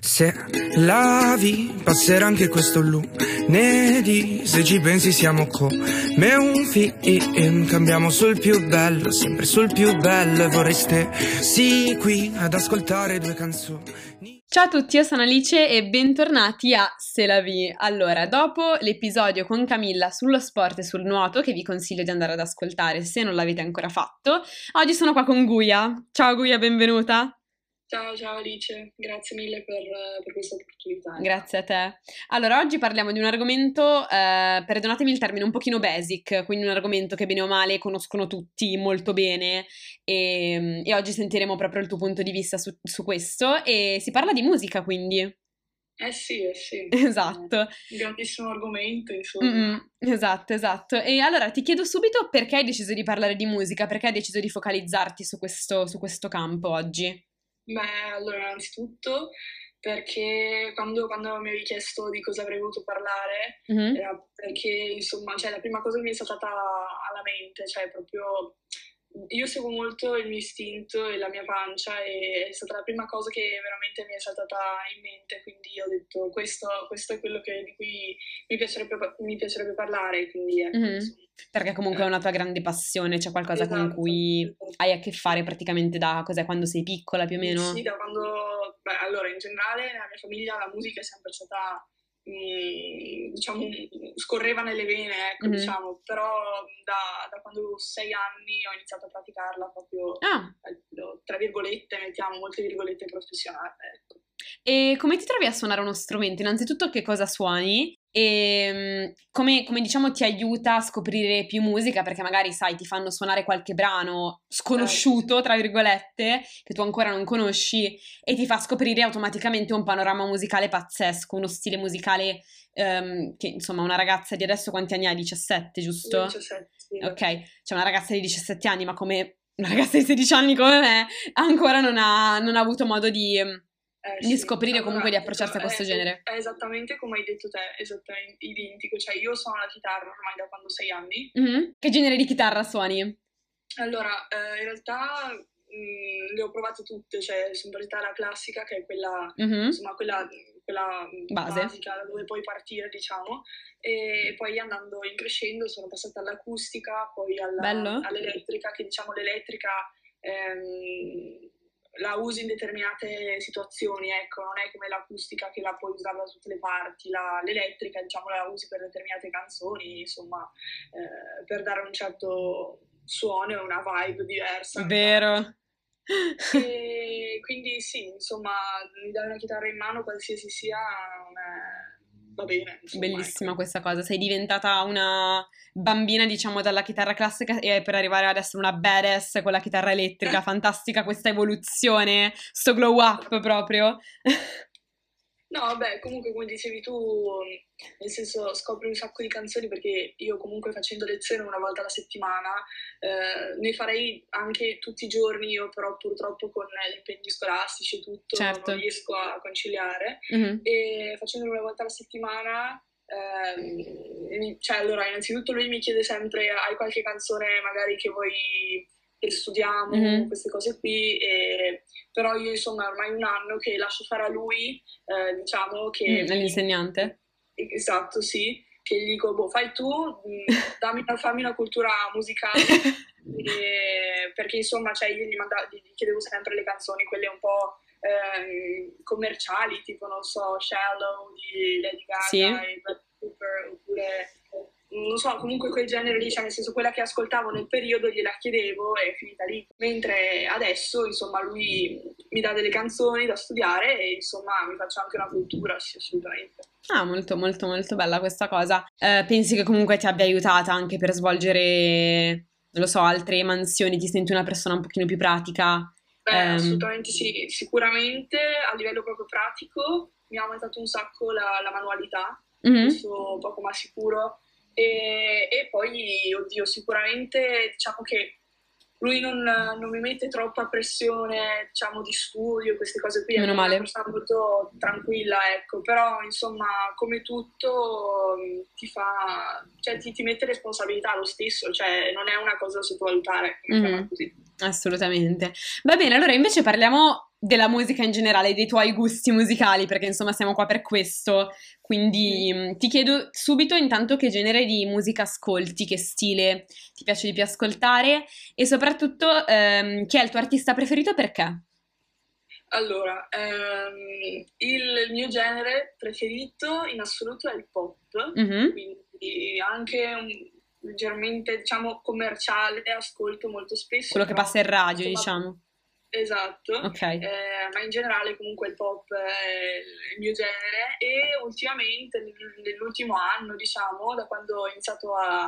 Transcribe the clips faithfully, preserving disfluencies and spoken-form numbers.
Se lavi passerà anche questo lunedì, se ci pensi siamo come un film, cambiamo sul più bello, sempre sul più bello, e vorreste sì qui ad ascoltare due canzoni. Ciao a tutti, io sono Alice e bentornati a C'est la vie. Allora, dopo l'episodio con Camilla sullo sport e sul nuoto, che vi consiglio di andare ad ascoltare se non l'avete ancora fatto, oggi sono qua con Guia. Ciao Guia, benvenuta. Ciao, ciao Alice, grazie mille per, per questa opportunità. Grazie a te. Allora, oggi parliamo di un argomento, eh, perdonatemi il termine, un pochino basic, quindi un argomento che bene o male conoscono tutti molto bene e, e oggi sentiremo proprio il tuo punto di vista su, su questo e si parla di musica, quindi. Eh sì, eh sì. Esatto. Un grandissimo argomento, insomma. Mm-mm, esatto, esatto. E allora ti chiedo subito perché hai deciso di parlare di musica, perché hai deciso di focalizzarti su questo, su questo campo oggi? Beh, allora, innanzitutto perché quando, quando mi avevi chiesto di cosa avrei voluto parlare, Mhm. era perché, insomma, cioè, la prima cosa che mi è saltata alla mente, cioè proprio io seguo molto il mio istinto e la mia pancia e è stata la prima cosa che veramente mi è saltata in mente, quindi ho detto questo, questo è quello che, di cui mi piacerebbe, mi piacerebbe parlare, quindi ecco, Mhm. insomma. Perché comunque è una tua grande passione, c'è qualcosa con Esatto, cui esatto. hai a che fare praticamente da cos'è, quando sei piccola più o meno? Sì, da quando, beh, allora in generale nella mia famiglia la musica è sempre stata, mm, diciamo, scorreva nelle vene, ecco, Mhm. diciamo, però da, da quando avevo sei anni ho iniziato a praticarla proprio, Ah, eh, tra virgolette, mettiamo molte virgolette professionale, ecco. e come ti trovi a suonare uno strumento? Innanzitutto che cosa suoni? E mm, come, come diciamo ti aiuta a scoprire più musica? Perché magari sai, ti fanno suonare qualche brano sconosciuto, tra virgolette, che tu ancora non conosci, e ti fa scoprire automaticamente un panorama musicale pazzesco, uno stile musicale ehm, che insomma una ragazza di adesso quanti anni ha? diciassette, Io giusto? diciassette, sì. Ok, c'è una ragazza di diciassette anni, ma come una ragazza di sedici anni come me, ancora non ha, non ha avuto modo di, Eh, di sì. scoprire o comunque di Allora, approcciarsi a questo è, genere. è esattamente come hai detto te, esattamente identico, cioè io suono la chitarra ormai da quando ho sei anni. Mhm. Che genere di chitarra suoni? Allora, eh, in realtà mh, le ho provate tutte, cioè sempre chitarra classica, che è quella, Mhm. insomma, quella, quella Base. basica da dove puoi partire, diciamo, e poi andando in crescendo sono passata all'acustica, poi alla- Bello? all'elettrica, che diciamo l'elettrica ehm, la usi in determinate situazioni, ecco, non è come l'acustica che la puoi usare da tutte le parti, la- l'elettrica, diciamo, la usi per determinate canzoni, insomma, eh, per dare un certo suono e una vibe diversa. Vero. E quindi sì, insomma, mi dai una chitarra in mano, qualsiasi sia, non è- va bene, insomma, Bellissima ecco. questa cosa, sei diventata una bambina, diciamo, dalla chitarra classica e per arrivare ad essere una badass con la chitarra elettrica, fantastica questa evoluzione, sto glow up proprio. No, vabbè, comunque come dicevi tu, nel senso scopri un sacco di canzoni perché io comunque facendo lezione una volta alla settimana, eh, ne farei anche tutti i giorni, io però purtroppo con gli impegni scolastici e tutto Certo. non riesco a conciliare Mhm. e facendolo una volta alla settimana, ehm, cioè allora innanzitutto lui mi chiede sempre hai qualche canzone magari che vuoi che studiamo, Mhm. queste cose qui, e, però io insomma è ormai un anno che lascio fare a lui, eh, diciamo che... Mm, all'insegnante? Esatto, sì, che gli dico, boh, fai tu, mh, dammi una, fammi una cultura musicale, e- perché insomma, cioè, io gli, manda- gli chiedevo sempre le canzoni, quelle un po' ehm, commerciali, tipo, non so, Shallow di Lady Gaga Sì. e Bradley Cooper, oppure, non so, comunque quel genere lì, cioè nel senso quella che ascoltavo nel periodo gliela chiedevo e è finita lì. Mentre adesso, insomma, lui mi dà delle canzoni da studiare e insomma mi faccio anche una cultura, sì, assolutamente. Ah, molto molto molto bella questa cosa. Eh, pensi che comunque ti abbia aiutata anche per svolgere, non lo so, altre mansioni? Ti senti una persona un pochino più pratica? Beh, Ehm, assolutamente sì, sicuramente a livello proprio pratico mi ha aumentato un sacco la, la manualità, mhm. questo poco ma sicuro. E, e poi, oddio, sicuramente diciamo che lui non, non mi mette troppa pressione, diciamo, di studio, queste cose qui, è Meno una male. persona molto tranquilla, ecco, però insomma, come tutto mh, ti fa, cioè ti, ti mette responsabilità lo stesso, cioè non è una cosa da sottovalutare, mettiamola Mhm. così. Assolutamente. Va bene, allora invece parliamo della musica in generale, dei tuoi gusti musicali, perché insomma siamo qua per questo, quindi mh, ti chiedo subito intanto che genere di musica ascolti, che stile ti piace di più ascoltare e soprattutto ehm, chi è il tuo artista preferito e perché? Allora, ehm, il mio genere preferito in assoluto è il pop, Mhm. quindi anche un- leggermente, diciamo, commerciale, ascolto molto spesso, Quello che però passa in radio, insomma, diciamo. esatto, Ok. eh, ma in generale comunque il pop è il mio genere e ultimamente, nel- nell'ultimo anno, diciamo, da quando ho iniziato a,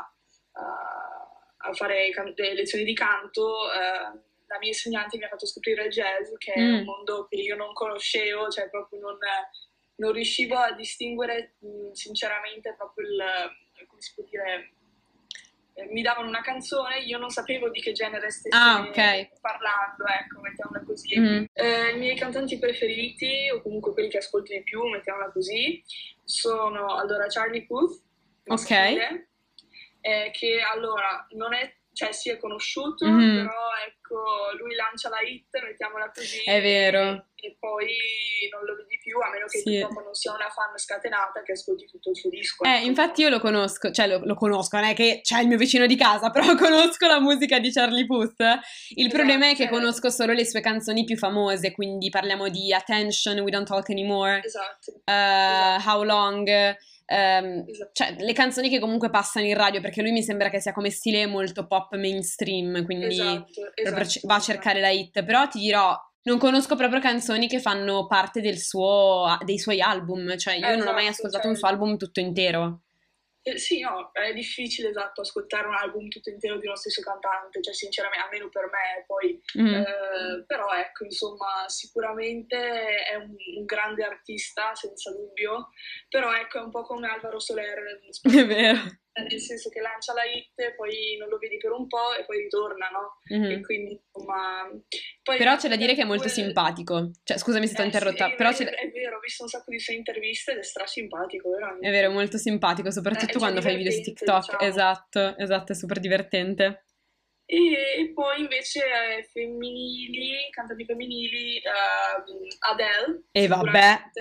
a- a fare can- le lezioni di canto, eh, la mia insegnante mi ha fatto scoprire il jazz, che è un Mm. mondo che io non conoscevo, cioè proprio non, non riuscivo a distinguere mh, sinceramente proprio il, come si può dire, eh, mi davano una canzone, io non sapevo di che genere stesse Ah, ok. parlando, ecco, mettiamola così. Mm. Eh, I miei cantanti preferiti, o comunque quelli che ascolto di più, mettiamola così, sono allora Charlie Puth, Ok. maschile, eh, che allora non è, cioè sì è conosciuto, Mhm. però ecco, lui lancia la hit, mettiamola così, È vero. e, e poi non lo vedi più, a meno che Sì. tu proprio non sia una fan scatenata che ascolti tutto il suo disco. Eh, ecco. infatti io lo conosco, cioè lo, lo conosco, non è che c'è il mio vicino di casa, però conosco la musica di Charlie Puth. Il Esatto, problema è che cioè- conosco solo le sue canzoni più famose, quindi parliamo di Attention, We Don't Talk Anymore, Esatto, eh, esatto, How Long, ehm, esatto. cioè le canzoni che comunque passano in radio, perché lui mi sembra che sia come stile molto pop mainstream, quindi Esatto, proprio esatto, va a cercare la hit, però ti dirò, non conosco proprio canzoni che fanno parte del suo, dei suoi album, cioè io Eh, non ho mai esatto, ascoltato cioè- un suo album tutto intero. Eh, sì, no, è difficile, esatto, ascoltare un album tutto intero di uno stesso cantante, cioè sinceramente, almeno per me, poi, Mm. eh, però ecco, insomma, sicuramente è un, un grande artista, senza dubbio, però ecco, è un po' come Alvaro Soler, È vero. nel senso che lancia la hit, poi non lo vedi per un po' e poi ritorna, no? Mhm. E quindi, insomma... Poi Però c'è da dire che è molto quel- simpatico, cioè scusami se ti ho Eh, interrotta, sì, però è, c'è da- è vero, ho visto un sacco di sue interviste ed è strasimpatico, veramente. è vero, è molto simpatico, Eh, soprattutto cioè, quando fai video su divertente, TikTok, diciamo. esatto, esatto, è super divertente. E, e poi invece eh, femminili, cantanti femminili, ehm, Adele. E vabbè, sicuramente.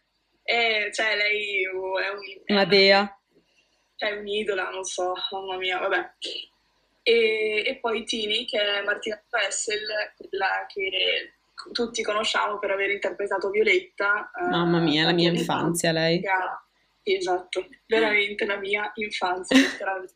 E, cioè lei oh, è, un, è una una- dea. cioè, un'idola, non so, mamma mia, vabbè. E, e poi Tini, che è Martina Fessel, quella che tutti conosciamo per aver interpretato Violetta. eh, Mamma mia, la tanti mia anni fa, infanzia lei. che ha- Esatto, veramente la mia infanzia, letteralmente.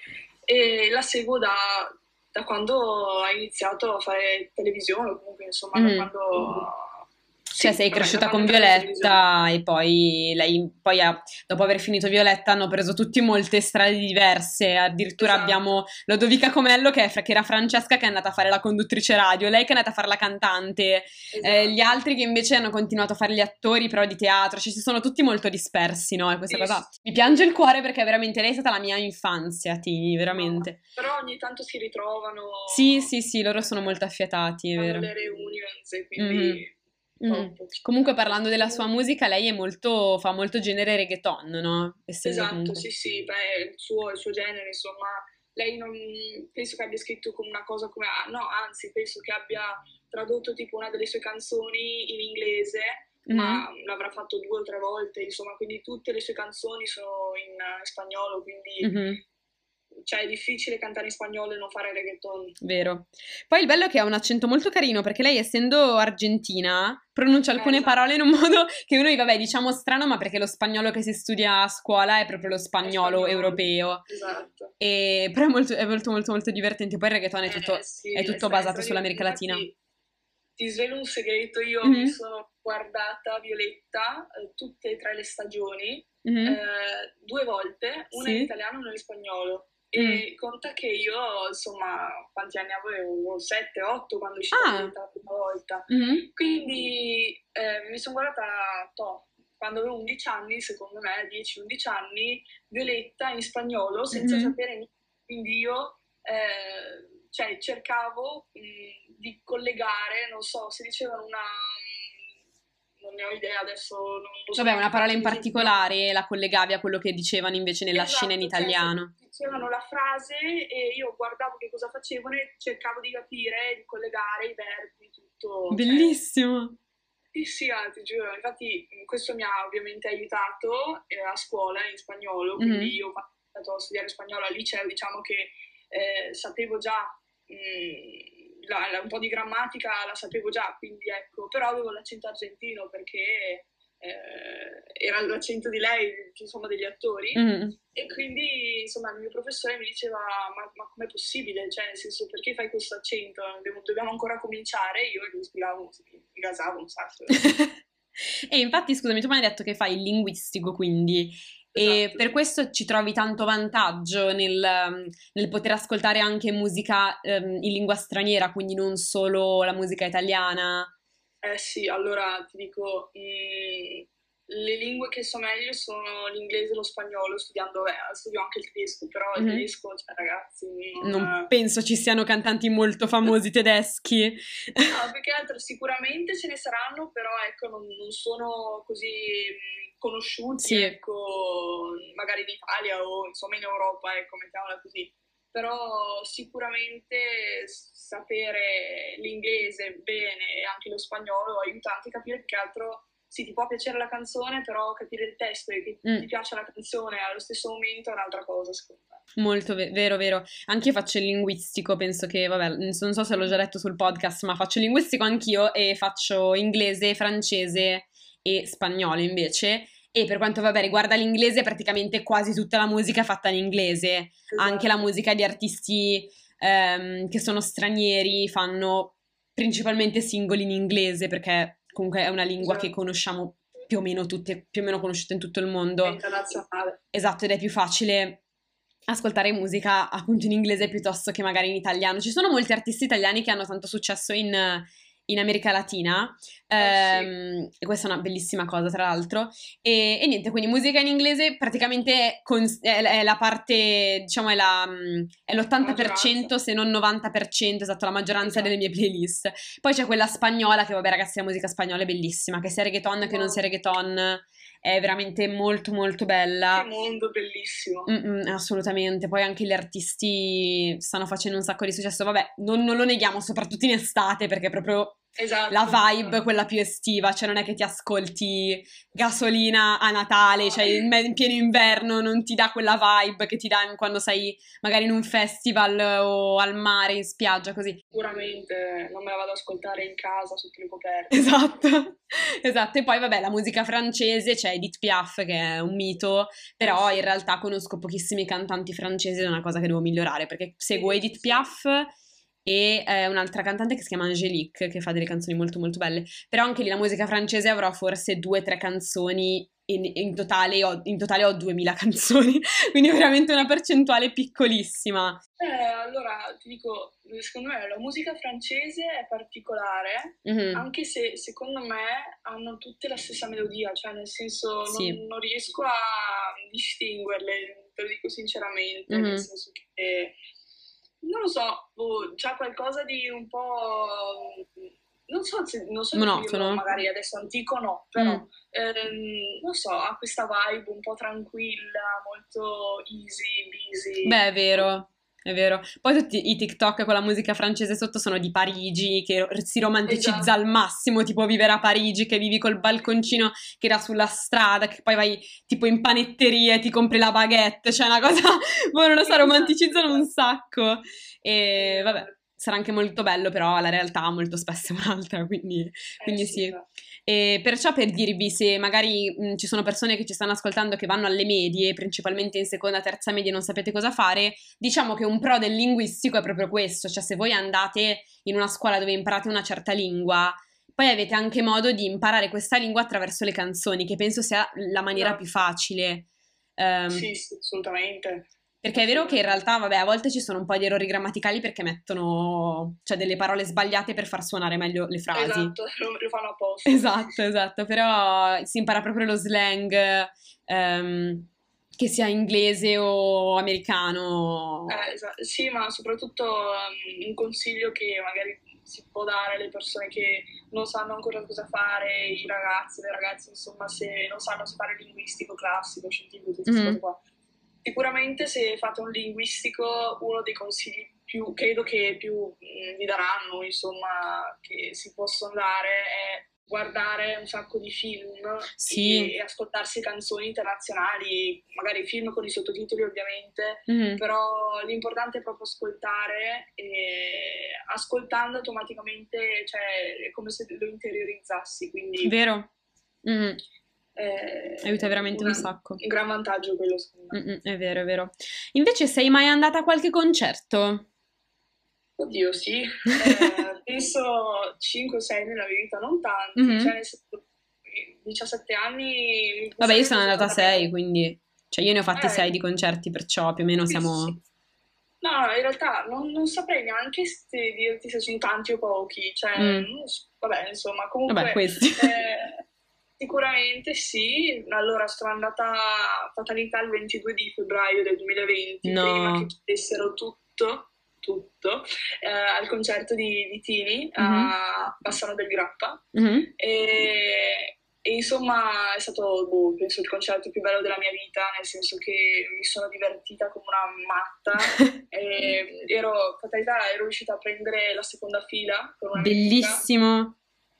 E la seguo da, da quando ha iniziato a fare televisione, o comunque insomma da Mm. quando... Cioè sì, sei vabbè, cresciuta da con quando è entrata in Violetta e poi lei, poi ha- dopo aver finito Violetta hanno preso tutti molte strade diverse, addirittura Esatto. abbiamo Lodovica Comello che, è, che era Francesca che è andata a fare la conduttrice radio, lei che è andata a fare la cantante, Esatto. eh, gli altri che invece hanno continuato a fare gli attori però di teatro, cioè si sono tutti molto dispersi, no? E questa Sì, cosa sì. mi piange il cuore perché veramente lei è stata la mia infanzia, Tini, veramente. Però ogni tanto si ritrovano... Sì, sì, sì, loro sono molto affiatati, è fanno vero. le reunions e quindi... Mhm. top. Comunque parlando della sua musica, lei è molto, fa molto genere reggaeton, no? Essendo Esatto, comunque- sì, sì, beh, il suo, il suo genere, insomma, lei non penso che abbia scritto come una cosa come, ah, no, anzi, penso che abbia tradotto tipo una delle sue canzoni in inglese, ma Mhm. l'avrà fatto due o tre volte, insomma, quindi tutte le sue canzoni sono in eh, spagnolo, quindi Mhm. cioè, è difficile cantare in spagnolo e non fare reggaeton. Vero. Poi il bello è che ha un accento molto carino perché lei, essendo argentina, pronuncia alcune esatto. parole in un modo che noi, vabbè, diciamo strano, ma perché lo spagnolo che si studia a scuola è proprio lo spagnolo, spagnolo. europeo. Esatto. E, però è molto, è molto, molto, molto divertente. Poi il reggaeton è tutto, Eh, sì, è tutto è- basato è- sull'America infatti, Latina. Ti svelo un segreto, io Mhm. mi sono guardata Violetta eh, tutte e tre le stagioni, Mhm. eh, due volte, una Sì. in italiano e una in spagnolo. E conta che io, insomma, quanti anni avevo? sette otto quando è uscita Ah. Violetta la prima volta. Mhm. Quindi eh, mi sono guardata, toh, quando avevo undici anni, secondo me, dieci undici anni, Violetta in spagnolo, senza Mhm. sapere niente. Quindi io eh, cioè, cercavo mh, di collegare, non so, se dicevano una... non ne ho idea adesso. Non lo so. Vabbè, una parola in Così, particolare la collegavi a quello che dicevano invece nella Esatto, scena in cioè, italiano. dicevano la frase e io guardavo che cosa facevano e cercavo di capire, di collegare i verbi, tutto. tutto. Bellissimo! Cioè, sì, sì, ah, ti giuro, infatti questo mi ha ovviamente aiutato eh, a scuola in spagnolo, quindi Mhm. io quando sono andato a studiare spagnolo al liceo, diciamo che eh, sapevo già, mh, la- la- un po' di grammatica la sapevo già, quindi ecco, però avevo l'accento argentino perché eh, era l'accento di lei, insomma, degli attori. Mhm. E quindi, insomma, il mio professore mi diceva, ma, ma com'è possibile? Cioè, nel senso, perché fai questo accento? Dobbiamo, dobbiamo ancora cominciare? Io gli spiegavo, mi, mi gasavo un sacco. E infatti, scusami, tu mi hai detto che fai il linguistico, quindi, e Esatto, per sì. questo ci trovi tanto vantaggio nel, um, nel poter ascoltare anche musica ehm, in lingua straniera, quindi non solo la musica italiana. Eh sì, allora ti dico, mh, le lingue che so meglio sono l'inglese e lo spagnolo, studiando, eh, studio anche il tedesco, però il Mhm. tedesco, cioè ragazzi, Non non... penso ci siano cantanti molto famosi tedeschi. No, più che altro sicuramente ce ne saranno, però ecco, non, non sono così mh, conosciuti, Sì. ecco, magari in Italia o insomma in Europa, ecco, mettiamola così. Però sicuramente s- sapere l'inglese bene e anche lo spagnolo aiuta anche a capire più che altro, sì, ti può piacere la canzone, però capire il testo e che Mm. ti piace la canzone allo stesso momento è un'altra cosa, secondo me. Molto ve- vero, vero. Anche io faccio il linguistico, penso che, vabbè, non so non so se l'ho già detto sul podcast, ma faccio il linguistico anch'io e faccio inglese, francese e spagnolo invece. E per quanto, vabbè, riguarda l'inglese, praticamente quasi tutta la musica è fatta in inglese. Anche la Esatto. musica di artisti ehm, che sono stranieri fanno principalmente singoli in inglese, perché comunque è una lingua che Esatto. conosciamo più o meno tutte, più o meno conosciuta in tutto il È mondo. internazionale. Esatto, ed è più facile ascoltare musica appunto in inglese piuttosto che magari in italiano. Ci sono molti artisti italiani che hanno tanto successo in, in America Latina, Eh sì, ehm, e questa è una bellissima cosa tra l'altro. E, e niente, quindi musica in inglese praticamente cons- è, è la parte, diciamo, è, la, mm, è la l'ottanta per maggioranza. cento se non novanta per cento, esatto, la maggioranza delle Esatto. mie playlist. Poi c'è quella spagnola che, vabbè ragazzi, la musica spagnola è bellissima, che sia reggaeton che non sia No, reggaeton, è veramente molto molto che bella. mondo bellissimo. Mm-mm, assolutamente, poi anche gli artisti stanno facendo un sacco di successo, vabbè, non, non lo neghiamo, soprattutto in estate, perché è proprio la Esatto. vibe, quella più estiva, cioè non è che ti ascolti Gasolina a Natale, No, cioè in, me- in pieno inverno non ti dà quella vibe che ti dà in- quando sei magari in un festival o al mare, in spiaggia, così. sicuramente non me la vado ad ascoltare in casa sotto le coperte. Esatto, esatto. E poi vabbè, la musica francese, c'è Edith Piaf che è un mito, però Eh in sì, realtà conosco pochissimi cantanti francesi ed è una cosa che devo migliorare perché seguo sì, sì, Edith sì. Piaf e eh, un'altra cantante che si chiama Angélique che fa delle canzoni molto molto belle, però anche lì la musica francese avrò forse due o tre canzoni. In, in totale ho, in totale ho duemila canzoni, quindi veramente una percentuale piccolissima. Eh, allora ti dico, secondo me la musica francese è particolare, Mhm, anche se secondo me hanno tutte la stessa melodia, cioè nel senso non, sì. non riesco a distinguerle, te lo dico sinceramente, nel Mhm, senso che non lo so, boh, c'ha qualcosa di un po', non so se, non so definirlo monotono. magari adesso antico, no, però Mm. ehm, non so, ha questa vibe un po' tranquilla, molto easy, busy. Beh, è vero, è vero. Poi tutti i TikTok con la musica francese sotto sono di Parigi, che si romanticizza al Esatto, massimo, tipo vivere a Parigi, che vivi col balconcino che era sulla strada, che poi vai tipo in panetteria e ti compri la baguette, cioè una cosa, boh, non lo so, esatto, romanticizzano un esatto. sacco. È E vero, è vabbè, vero. sarà anche molto bello, però la realtà molto spesso è un'altra, quindi, Eh quindi sì, sì. esatto. E perciò per dirvi se magari mh, ci sono persone che ci stanno ascoltando che vanno alle medie, principalmente in seconda, terza media e non sapete cosa fare, diciamo che un pro del linguistico è proprio questo, cioè se voi andate in una scuola dove imparate una certa lingua, poi avete anche modo di imparare questa lingua attraverso le canzoni, che penso sia la maniera più Esatto. facile. Ehm, Sì, sì, assolutamente. perché è vero che in Assolutamente. realtà, vabbè, a volte ci sono un po' di errori grammaticali perché mettono, cioè, delle parole sbagliate per far suonare meglio le frasi. Esatto, lo, lo fanno apposta, sì, sì, Esatto, sì. esatto, però si impara proprio lo slang, ehm, che sia inglese o americano. Eh, esa- sì, ma soprattutto um, un consiglio che magari si può dare alle persone che non sanno ancora cosa fare, i ragazzi, le ragazze, insomma, se non sanno se fare linguistico, classico, scientifico, tutte queste cose Mhm, qua. Sicuramente se fate un linguistico, uno dei consigli più, credo che più mh, vi daranno, insomma, che si possono dare è guardare un sacco di film Sì. e, e ascoltarsi canzoni internazionali, magari film con i sottotitoli ovviamente, Mhm. però l'importante è proprio ascoltare e ascoltando automaticamente, cioè è come se lo interiorizzassi, quindi Vero? Mhm. è Aiuta veramente un una- sacco. un gran vantaggio quello secondo me. Mm-mm, è vero, è vero. Invece sei mai andata a qualche concerto? Oddio, sì, eh, penso cinque o sei nella mia vita, non tanti, Mhm. cioè nel senso, diciassette anni, Vabbè, io sono forse andata a stata sei, meno. quindi... Cioè, io ne ho fatti sei Eh, di concerti, perciò più o meno sì, sì, sì. siamo... No, no, in realtà non, non saprei neanche se dirti se sono tanti o pochi, cioè, Mm. non so, vabbè, insomma, Vabbè, comunque questi. eh, sicuramente sì. Allora, sono andata a Fatalità il ventidue di febbraio del duemilaventi, prima che No. chiudessero tutto, tutto, eh, al concerto di, di Tini Mhm. a Bassano del Grappa. Mhm. E, e insomma è stato, boh, penso, il concerto più bello della mia vita, nel senso che mi sono divertita come una matta. E ero, fatalità, ero riuscita a prendere la seconda fila con una mia amica. Bellissimo.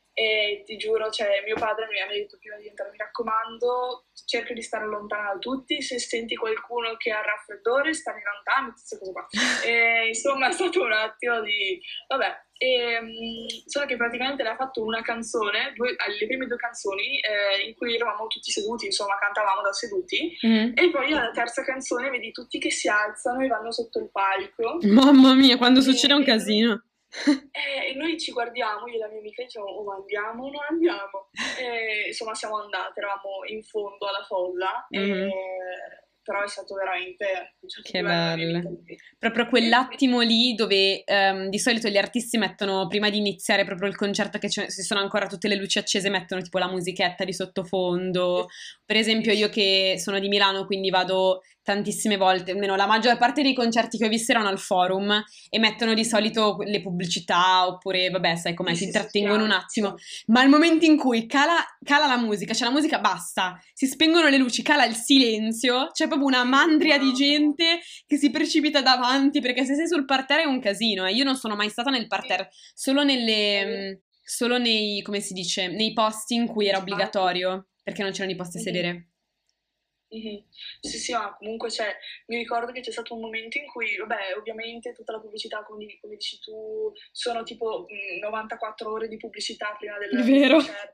E ti giuro, cioè, mio padre mi ha detto prima di entrare, mi raccomando, cerca di stare lontana da tutti, se senti qualcuno che ha il raffreddore, stare lontano, queste cose qua. E, insomma, è stato un attimo di... Vabbè, e, mh, solo che praticamente l'ha fatto una canzone, due, le prime due canzoni, eh, in cui eravamo tutti seduti, insomma, cantavamo da seduti, Mhm. e poi alla terza canzone vedi tutti che si alzano e vanno sotto il palco. Mamma mia, quando E- succede un e noi- casino. eh, e noi ci guardiamo, io e la mia amica, e diciamo, oh, andiamo o non andiamo? E, insomma, siamo andate, eravamo in fondo alla folla, e- Mhm. però è stato veramente un concerto Che più bello della mia bello. vita. Proprio quell'attimo lì dove ehm, di solito gli artisti mettono, prima di iniziare proprio il concerto, che ci sono ancora tutte le luci accese, mettono tipo la musichetta di sottofondo. Per esempio io che sono di Milano, quindi vado tantissime volte, almeno la maggior parte dei concerti che ho visto erano al Forum e mettono di solito le pubblicità oppure, vabbè, sai com'è, Sì, ti sì, sì, intrattengono un chiaro, attimo. chiaro. Ma al momento in cui cala, cala la musica, cioè la musica basta, si spengono le luci, cala il silenzio, c'è proprio una mandria di gente che si precipita davanti, perché se sei sul parterre è un casino, e io non sono mai stata nel parterre, solo nelle, mh, solo nei, come si dice, nei posti in cui era obbligatorio, perché non c'erano i posti a sedere. Mhm. Sì, sì, ma comunque cioè, mi ricordo che c'è stato un momento in cui, vabbè, ovviamente tutta la pubblicità, come, come dici tu, sono tipo mh, novantaquattro ore di pubblicità prima del, del Vero? concerto.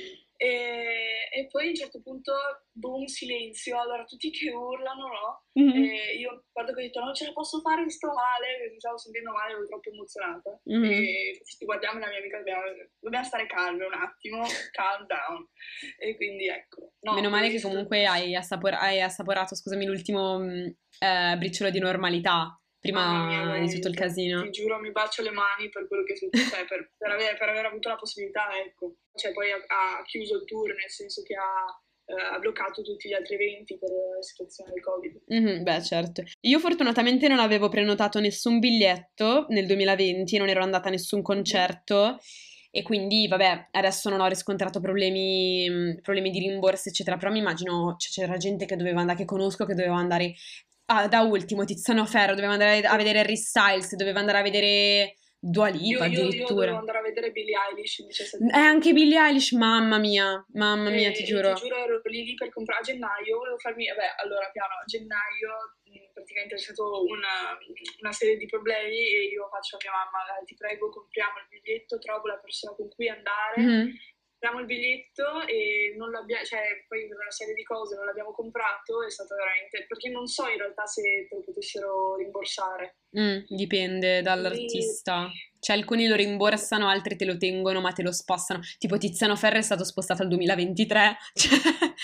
E, e poi a un certo punto, boom, silenzio, allora tutti che urlano, no? Mhm. E io guardo che ho detto, non ce la posso fare, mi sto male, perché mi stavo sentendo male, ero troppo emozionata. Mhm. E ci guardiamo e la mia amica, dobbiamo, dobbiamo stare calme un attimo, calm down. E quindi ecco. No, Meno male quello che è stato- comunque hai, assapor- hai assaporato, scusami, l'ultimo mh, eh, briciolo di normalità Mamma mia, prima di tutto il veramente, casino. ti giuro, mi bacio le mani per quello che è successo, cioè per, per aver, per aver avuto la possibilità, ecco. Cioè poi ha, ha chiuso il tour, nel senso che ha, eh, ha bloccato tutti gli altri eventi per la situazione del Covid. Mhm, beh, certo. Io fortunatamente non avevo prenotato nessun biglietto nel duemilaventi, non ero andata a nessun concerto e quindi, vabbè, adesso non ho riscontrato problemi, mh, problemi di rimborsi, eccetera, però mi immagino, cioè, c'era gente che doveva andare, che conosco, che doveva andare ah, da ultimo, Tiziano Ferro, doveva andare a vedere Harry Styles, doveva andare a vedere Dua Io, Lipa io, io addirittura. dovevo andare a vedere Billie Eilish il diciassette E anche maggio. Billie Eilish, mamma mia, mamma mia, E, ti e ti giuro. giuro, ero lì lì per comprare a gennaio, volevo farmi, vabbè, allora piano, a gennaio mh, praticamente c'è stato una, una serie di problemi e io faccio a mia mamma, "Dai, ti prego, compriamo il biglietto, trovo la persona con cui andare, Mhm. compriamo il biglietto e non l'abbiamo, cioè poi per una serie di cose non l'abbiamo comprato, è stato veramente, perché non so in realtà se te lo potessero rimborsare. Mm, dipende Quindi, dall'artista. Cioè, alcuni lo rimborsano, altri te lo tengono, ma te lo spostano. Tipo Tiziano Ferro è stato spostato al duemilaventitré. Cioè,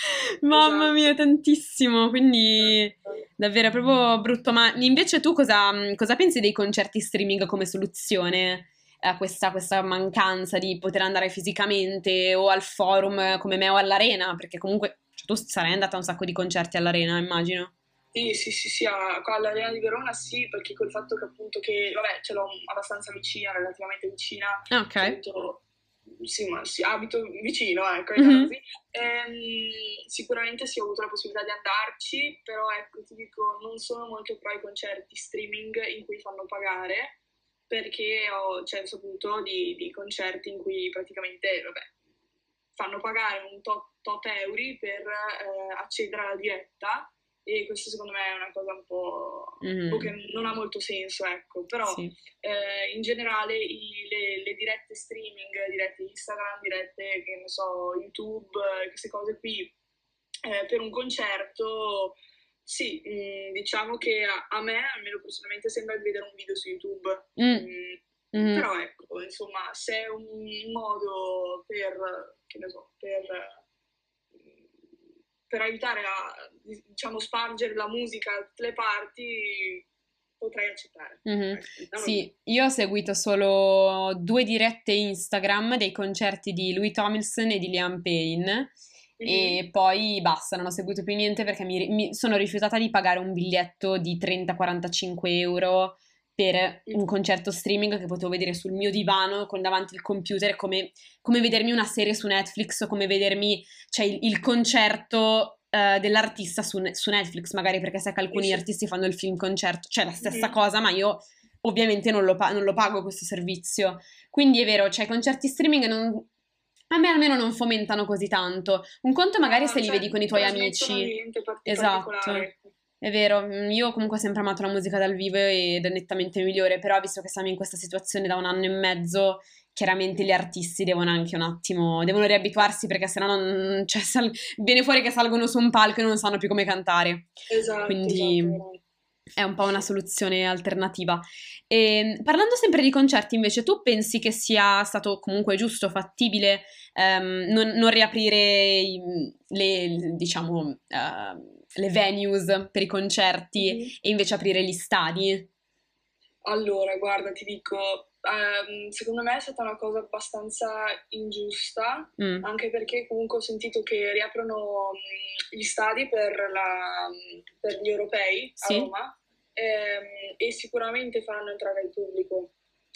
mamma mia, esatto. tantissimo. Quindi, davvero, è proprio brutto. Ma invece tu cosa, cosa pensi dei concerti streaming come soluzione a questa, questa mancanza di poter andare fisicamente o al forum eh, come me o all'arena? Perché comunque, cioè, tu sarai andata a un sacco di concerti all'arena, immagino. Sì, sì, sì, sì, a- qua all'Arena di Verona sì, perché col fatto che appunto che, vabbè, ce l'ho abbastanza vicina, relativamente vicina, Ah, cioè ok. abito, sì, ma sì, abito vicino, ecco, Mhm. diciamo così. Ehm, sicuramente sì, ho avuto la possibilità di andarci, però ecco, ti dico, non sono molto pro ai concerti streaming in cui fanno pagare, perché ho, cioè, ho saputo di, di concerti in cui praticamente, vabbè, fanno pagare un tot, tot euro per eh, accedere alla diretta, e questo secondo me è una cosa un po' Mm. che non ha molto senso, ecco, però Sì. eh, in generale i, le, le dirette streaming, dirette Instagram, dirette, che ne so, YouTube, eh, queste cose qui, eh, per un concerto, sì, mh, diciamo che a, a me, almeno personalmente, sembra di vedere un video su YouTube. Mm. Mm, Mm. Però ecco, insomma, se è un modo per, che ne so, per, per aiutare a, diciamo, spargere la musica da tutte le parti, potrei accettare. Mhm. Ecco, Sì, io ho seguito solo due dirette Instagram dei concerti di Louis Tomlinson e di Liam Payne e Mhm. poi basta, non ho seguito più niente perché mi, mi sono rifiutata di pagare un biglietto di trenta quarantacinque euro per un concerto streaming che potevo vedere sul mio divano con davanti il computer, come, come vedermi una serie su Netflix o come vedermi, cioè, il, il concerto eh, dell'artista su, su Netflix, magari, perché sai che alcuni Sì, sì. artisti fanno il film concerto, cioè la stessa Mhm. cosa, ma io ovviamente non lo, pa- non lo pago questo servizio. Quindi è vero, cioè i concerti streaming non... A me almeno non fomentano così tanto. Un conto magari Ma, se li cioè, vedi con i tuoi trasmettono amici. niente par- di Esatto. particolare. È vero, mm, io comunque ho sempre amato la musica dal vivo ed è nettamente migliore, però visto che siamo in questa situazione da un anno e mezzo, chiaramente gli artisti devono anche un attimo, devono riabituarsi perché sennò non, cioè, sal- viene fuori che salgono su un palco e non sanno più come cantare. Esatto, Quindi esatto, veramente. è un po' una soluzione alternativa. E, parlando sempre di concerti, invece, tu pensi che sia stato comunque giusto, fattibile, ehm, non, non riaprire i- le, diciamo, eh, le venues per i concerti Mhm. e invece aprire gli stadi? Allora, guarda, ti dico, ehm, secondo me è stata una cosa abbastanza ingiusta, Mm. anche perché comunque ho sentito che riaprono mh, gli stadi per, la- per gli europei a Sì? Roma, ehm, e sicuramente faranno entrare il pubblico,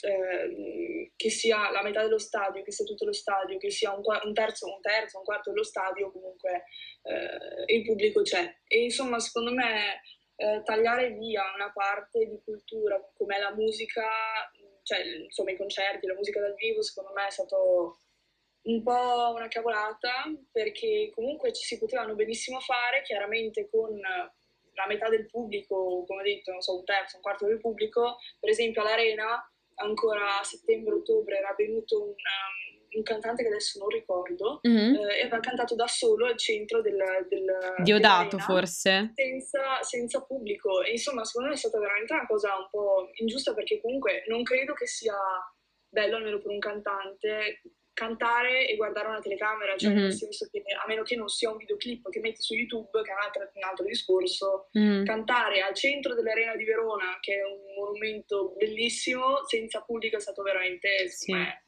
ehm, che sia la metà dello stadio, che sia tutto lo stadio, che sia un, qua- un terzo, un terzo, un quarto dello stadio, comunque eh, il pubblico c'è. E insomma, secondo me eh, tagliare via una parte di cultura come la musica, cioè insomma i concerti, la musica dal vivo, secondo me è stato un po' una cavolata, perché comunque ci si potevano benissimo fare, chiaramente con la metà del pubblico, come ho detto, non so, un terzo, un quarto del pubblico. Per esempio all'Arena, ancora a settembre-ottobre, era venuto un, um, un cantante che adesso non ricordo, Mhm. eh, e aveva cantato da solo al centro del, del, Diodato, dell'Arena, forse? senza, senza pubblico. E insomma, secondo me è stata veramente una cosa un po' ingiusta, perché comunque non credo che sia bello, almeno per un cantante, cantare e guardare una telecamera, cioè Mhm. nel senso che, a meno che non sia un videoclip che metti su YouTube, che è un altro, un altro discorso, Mm. cantare al centro dell'Arena di Verona, che è un monumento bellissimo, senza pubblico è stato veramente, secondo me,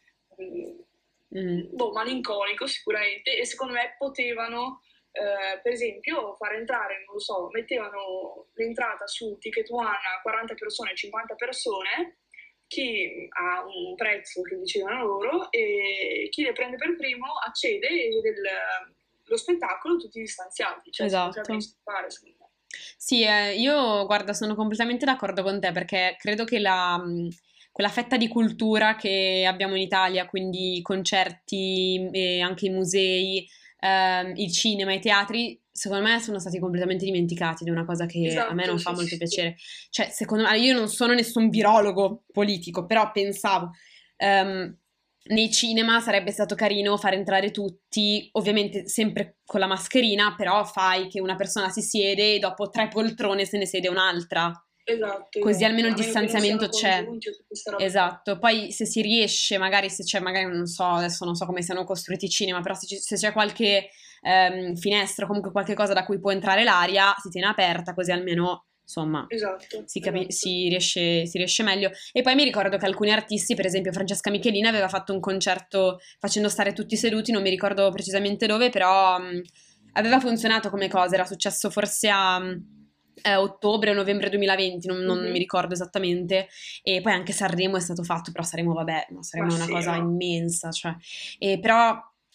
mm, Mm. boh, malinconico sicuramente. E secondo me potevano, eh, per esempio, fare entrare, non lo so, mettevano l'entrata su Ticket One a quaranta persone, cinquanta persone, chi ha un prezzo che dicevano loro, e chi le prende per primo accede e vede il- lo spettacolo tutti distanziati, cioè si potrebbe Esatto. fare, secondo me. Sì, eh, io guarda, sono completamente d'accordo con te perché credo che la, mh, quella fetta di cultura che abbiamo in Italia, quindi i concerti e anche i musei, ehm, il cinema, i teatri, secondo me sono stati completamente dimenticati ed è una cosa che a me Esatto, non fa sì, molto sì, sì. piacere. Cioè, secondo me, io non sono nessun virologo politico, però pensavo, ehm, nei cinema sarebbe stato carino far entrare tutti, ovviamente sempre con la mascherina, però fai che una persona si siede e dopo tre poltrone se ne siede un'altra. Esatto, Così almeno il esatto. A meno che non siano distanziamento c'è. congiunti o tutte queste robe. Esatto, poi se si riesce, magari se c'è, magari non so, adesso non so come siano costruiti i cinema, però se, ci- se c'è qualche ehm, finestra o comunque qualche cosa da cui può entrare l'aria, si tiene aperta, così almeno, insomma, Esatto, si, capi- esatto. si riesce, si riesce meglio. E poi mi ricordo che alcuni artisti, per esempio Francesca Michelin, aveva fatto un concerto facendo stare tutti seduti, non mi ricordo precisamente dove, però mh, aveva funzionato come cosa, era successo forse a mh, eh, ottobre o novembre duemilaventi, non, non mi Mhm. ricordo esattamente, e poi anche Sanremo è stato fatto, però Sanremo vabbè, no, Ma Sanremo è una sì, cosa ma immensa, cioè, e però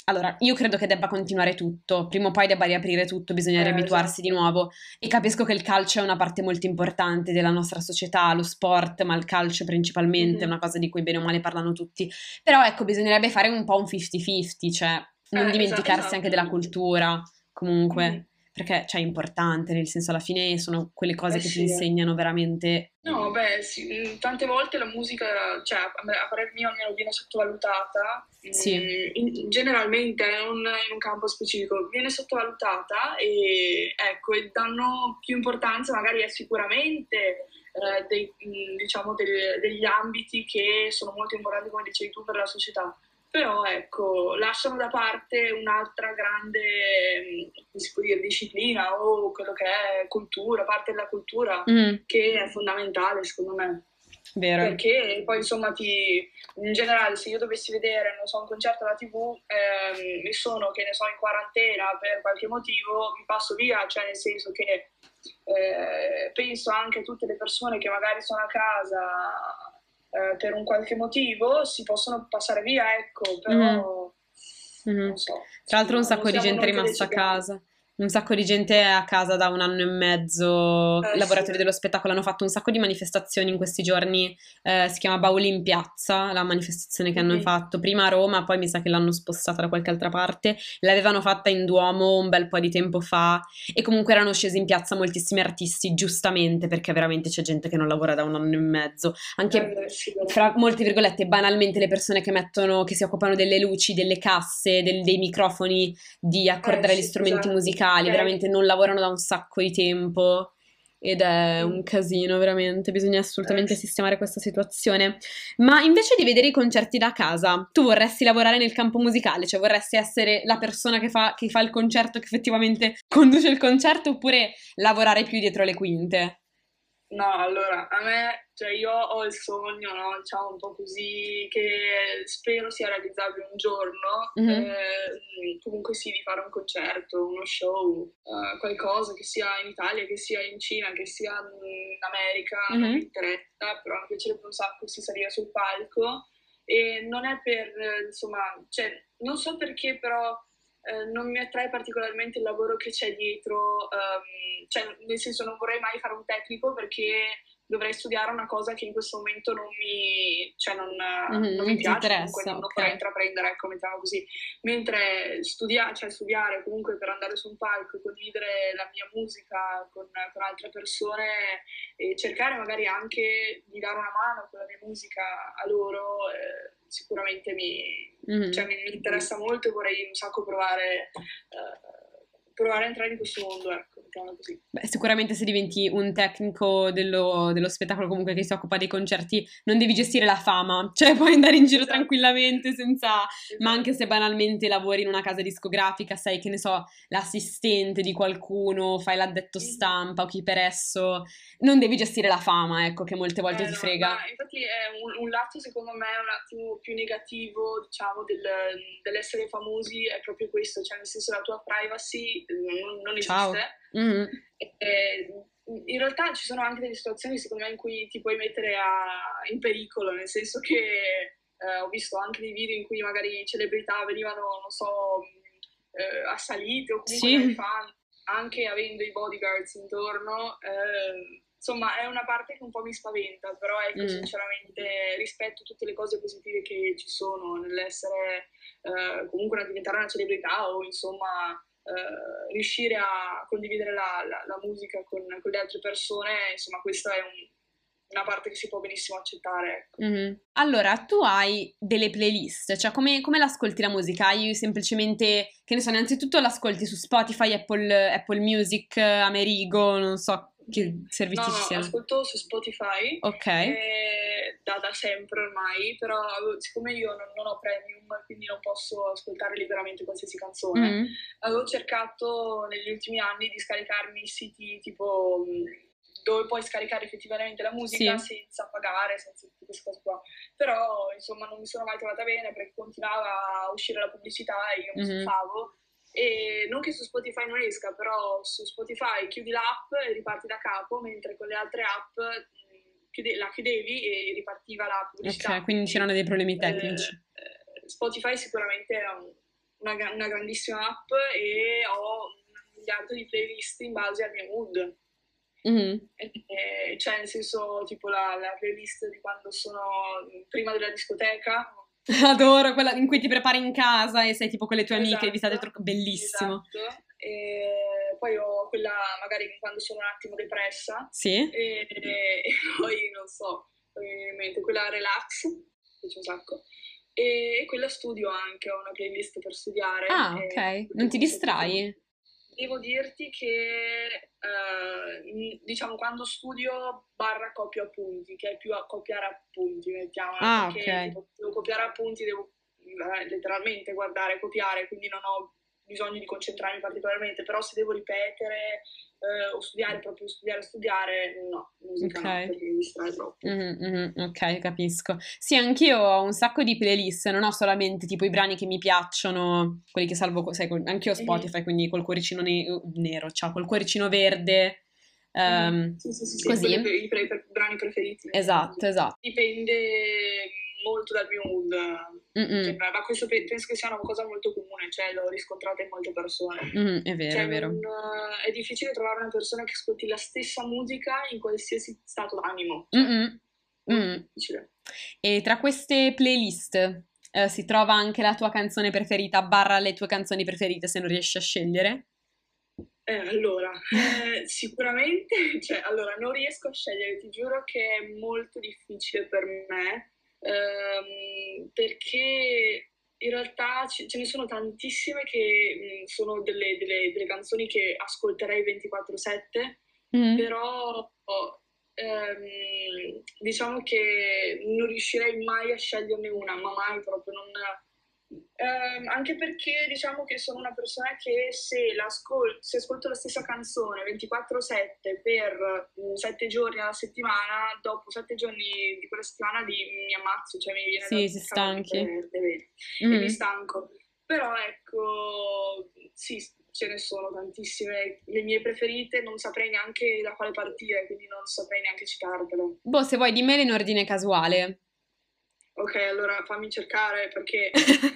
allora, io credo che debba continuare tutto, prima o poi debba riaprire tutto, bisogna Eh, riabituarsi di esatto. nuovo e capisco che il calcio è una parte molto importante della nostra società, lo sport, ma il calcio principalmente è Mhm. una cosa di cui bene o male parlano tutti, però ecco, bisognerebbe fare un po' un cinquanta cinquanta, cioè non Eh, esa- dimenticarsi anche della esatto. cultura, Mhm. comunque, perché cioè, è importante, nel senso alla fine sono quelle cose Eh che ti sì. insegnano veramente. No, beh, sì, mm, tante volte la musica, cioè, a me- a parer mio almeno viene sottovalutata, Sì. mm, in- generalmente, non in un campo specifico, viene sottovalutata e ecco, e danno più importanza magari è sicuramente eh, dei, mm, diciamo, del- degli ambiti che sono molto importanti, come dicevi tu, per la società. Però ecco, lasciano da parte un'altra grande, mm, come si può dire, disciplina o quello che è cultura, parte della cultura Mm, che è fondamentale secondo me, vero. perché poi insomma ti, in generale se io dovessi vedere, non so, un concerto alla tivù ehm, e sono, che ne so, in quarantena per qualche motivo, mi passo via, cioè nel senso che eh, penso anche a tutte le persone che magari sono a casa eh, per un qualche motivo, si possono passare via, ecco, però Mhm. non so, Tra l'altro un insomma, non sacco di siamo gente è noi che rimasta a decidiamo. casa, un sacco di gente è a casa da un anno e mezzo, i Eh sì. lavoratori dello spettacolo hanno fatto un sacco di manifestazioni in questi giorni, eh, si chiama Bauli in Piazza, la manifestazione che hanno Mhm. fatto prima a Roma, poi mi sa che l'hanno spostata da qualche altra parte, l'avevano fatta in Duomo un bel po' di tempo fa e comunque erano scesi in piazza moltissimi artisti, giustamente perché veramente c'è gente che non lavora da un anno e mezzo, anche Eh, sì, fra molte virgolette banalmente le persone che mettono, che si occupano delle luci, delle casse, del- dei microfoni, di eh, accordare gli sì, strumenti esatto. musicali, Ok. veramente non lavorano da un sacco di tempo ed è un Mm. casino, veramente, bisogna Eh, assolutamente sì. sistemare questa situazione. Ma invece di vedere i concerti da casa, tu vorresti lavorare nel campo musicale, cioè vorresti essere la persona che fa, che fa il concerto, che effettivamente conduce il concerto, oppure lavorare più dietro le quinte? No, allora, a me, cioè io ho il sogno, no, diciamo un po' così, che spero sia realizzabile un giorno, Mhm. eh, comunque sì, di fare un concerto, uno show, eh, qualcosa che sia in Italia, che sia in Cina, che sia in America, non mi Mhm. interessa, però mi piacerebbe un sacco si salire sul palco e non è per, eh, insomma, cioè, non so perché però eh, non mi attrae particolarmente il lavoro che c'è dietro, ehm, cioè nel senso non vorrei mai fare un tecnico perché dovrei studiare una cosa che in questo momento non mi, cioè non, Mhm, non mi non ti piace, comunque interessa, non, non vorrei ok. intraprendere, ecco, mettiamo così. Mentre studia- cioè, studiare comunque per andare su un palco e condividere la mia musica con, con altre persone e cercare magari anche di dare una mano con la mia musica a loro, eh, sicuramente mi, cioè, Mhm. mi, mi interessa molto e vorrei un sacco provare, eh, provare a entrare in questo mondo, ecco, mettiamola così. Beh, sicuramente se diventi un tecnico dello, dello spettacolo comunque che si occupa dei concerti, non devi gestire la fama, cioè puoi andare in giro Esatto, tranquillamente senza, ma anche se esatto. banalmente lavori in una casa discografica, sei che ne so, l'assistente di qualcuno, fai l'addetto Mhm. stampa o chi per esso, non devi gestire la fama, ecco, che molte volte Eh, ti no, frega. ma infatti è un, un lato secondo me un attimo più negativo, diciamo, del, dell'essere famosi è proprio questo, cioè nel senso la tua privacy eh, non, non esiste. Ciao. Mhm. E, in realtà ci sono anche delle situazioni secondo me in cui ti puoi mettere a- in pericolo, nel senso che eh, ho visto anche dei video in cui magari celebrità venivano, non so, mh, eh, assalite o comunque dai Sì. fan, anche avendo i bodyguards intorno. Eh, insomma, è una parte che un po' mi spaventa, però ecco, Mm. sinceramente rispetto tutte le cose positive che ci sono nell'essere eh, comunque diventare una celebrità o insomma eh, riuscire a condividere la, la, la musica con, con le altre persone, insomma, questa è un, una parte che si può benissimo accettare. Ecco. Mhm. Allora, tu hai delle playlist, cioè come, come l'ascolti la musica? Hai semplicemente, che ne so, innanzitutto l'ascolti su Spotify, Apple, Apple Music, Amerigo, non so che No, servizi ci no, siano. ascolto su Spotify Ok. eh, da, da sempre ormai, però avevo- siccome io non, non ho premium, quindi non posso ascoltare liberamente qualsiasi canzone, Mhm. avevo cercato negli ultimi anni di scaricarmi siti tipo mh, dove puoi scaricare effettivamente la musica Sì. senza pagare, senza tutte queste cose qua. Però insomma non mi sono mai trovata bene perché continuava a uscire la pubblicità e io mi Mhm. stufavo. E non che su Spotify non esca, però su Spotify chiudi l'app e riparti da capo, mentre con le altre app mh, chiude- la chiudevi e ripartiva la Ok, pubblicità. quindi Quindi c'erano dei problemi eh, tecnici. eh, Spotify sicuramente è un, una, una grandissima app e ho un miliardo di playlist in base al mio mood. Mm-hmm. E, e, cioè, nel senso, tipo la, la playlist di quando sono prima della discoteca. Adoro quella in cui ti prepari in casa e sei tipo con le tue Esatto, amiche e vi state tro- bellissimo. Esatto. E poi ho quella magari quando sono un attimo depressa. Sì. E, e, e poi non so, in mente quella relax, mi piace un sacco. E quella studio anche, ho una playlist per studiare. Ah, ok. Non ti distrai? Devo dirti che eh, diciamo quando studio barra copio appunti, che è più a copiare appunti, mettiamo, ah, perché ok. tipo, devo copiare appunti, devo eh, letteralmente guardare, copiare, quindi non ho bisogno di concentrarmi particolarmente, però se devo ripetere eh, o studiare, proprio studiare, studiare, no, musica okay. no, perché mi distrae troppo. Mm-hmm, mm-hmm, ok, capisco. Sì, anch'io ho un sacco di playlist, non ho solamente tipo i brani che mi piacciono, quelli che salvo, sai, anch'io ho Spotify, mm-hmm. quindi col cuoricino ne- nero, cioè col cuoricino verde, um, mm-hmm. sì, sì, sì, così. Sì, i, pre- i brani preferiti. Esatto, esatto. Dipende molto dal mio mood, cioè, ma questo penso che sia una cosa molto comune, cioè l'ho riscontrata in molte persone. Mm, è vero, cioè, è vero. Non, è difficile trovare una persona che ascolti la stessa musica in qualsiasi stato d'animo. Cioè, mm. difficile. E tra queste playlist eh, si trova anche la tua canzone preferita, barra le tue canzoni preferite se non riesci a scegliere? Eh, allora, eh, sicuramente, cioè, allora, non riesco a scegliere, ti giuro che è molto difficile per me, ehm, perché in realtà ce, ce ne sono tantissime che mh, sono delle, delle, delle canzoni che ascolterei ventiquattro sette, mm. però oh, ehm, diciamo che non riuscirei mai a sceglierne una, ma mai proprio non... Um, anche perché diciamo che sono una persona che se, se ascolto la stessa canzone ventiquattro sette per sette giorni alla settimana, dopo sette giorni di quella settimana lì mi ammazzo, cioè mi viene sì, da si stanchi mm. e mi stanco. Però ecco, sì, ce ne sono tantissime. Le mie preferite non saprei neanche da quale partire, quindi non saprei neanche citartele. Boh, se vuoi dimmele in ordine casuale. Ok, allora fammi cercare perché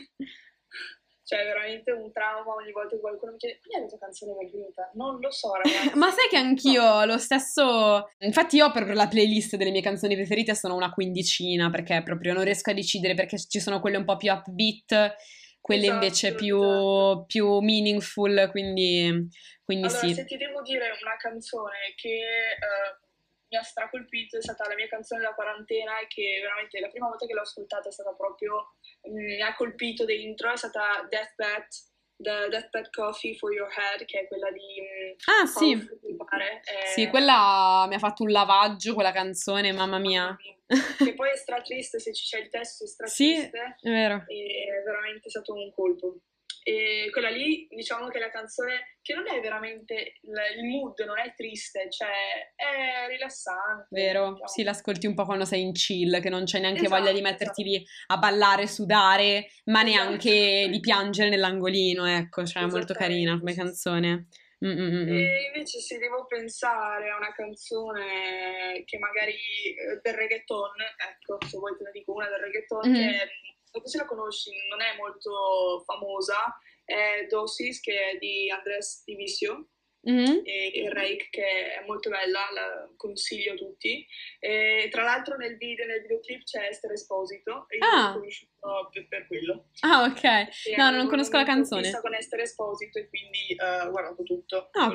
cioè è veramente un trauma ogni volta che qualcuno mi chiede qual è la tua canzone preferita? Non lo so, ragazzi. Ma sai che anch'io ho lo stesso... Infatti io ho proprio la playlist delle mie canzoni preferite, sono una quindicina, perché proprio non riesco a decidere, perché ci sono quelle un po' più upbeat, quelle esatto, invece più, esatto. più meaningful, quindi, quindi allora, sì. Se ti devo dire una canzone che... Uh, mi ha stracolpito, è stata la mia canzone della quarantena e che veramente la prima volta che l'ho ascoltata è stata proprio, mi ha colpito dentro, è stata Deathbed, The Deathbed Coffee for Your Head, che è quella di... Ah sì, mi pare. È... sì, quella mi ha fatto un lavaggio, quella canzone, mamma mia. Mamma mia. Che poi è stra triste, se c'è il testo è stra sì, triste. È vero. E è veramente stato un colpo. E quella lì, diciamo che è la canzone che non è veramente il mood, non è triste, cioè è rilassante. Vero, diciamo. Sì, l'ascolti un po' quando sei in chill, che non c'è neanche esatto, voglia di metterti esatto. lì a ballare, sudare, ma esatto. neanche di piangere nell'angolino, ecco, cioè è molto carina come canzone. Mm-mm-mm. E invece se devo pensare a una canzone che magari del reggaeton, ecco, se vuoi te ne dico una del reggaeton, mm-hmm. che è, non so se la conosci, non è molto famosa, è Dosis, che è di Andrés Divisio, mm-hmm. e, e Rake, che è molto bella, la consiglio a tutti. E, tra l'altro nel video, nel videoclip c'è Esther Esposito, e io ah. l'ho conosciuto per, per quello. Ah, ok. E no, non conosco la canzone. Ho con Esther Esposito e quindi uh, ho guardato tutto. Ah,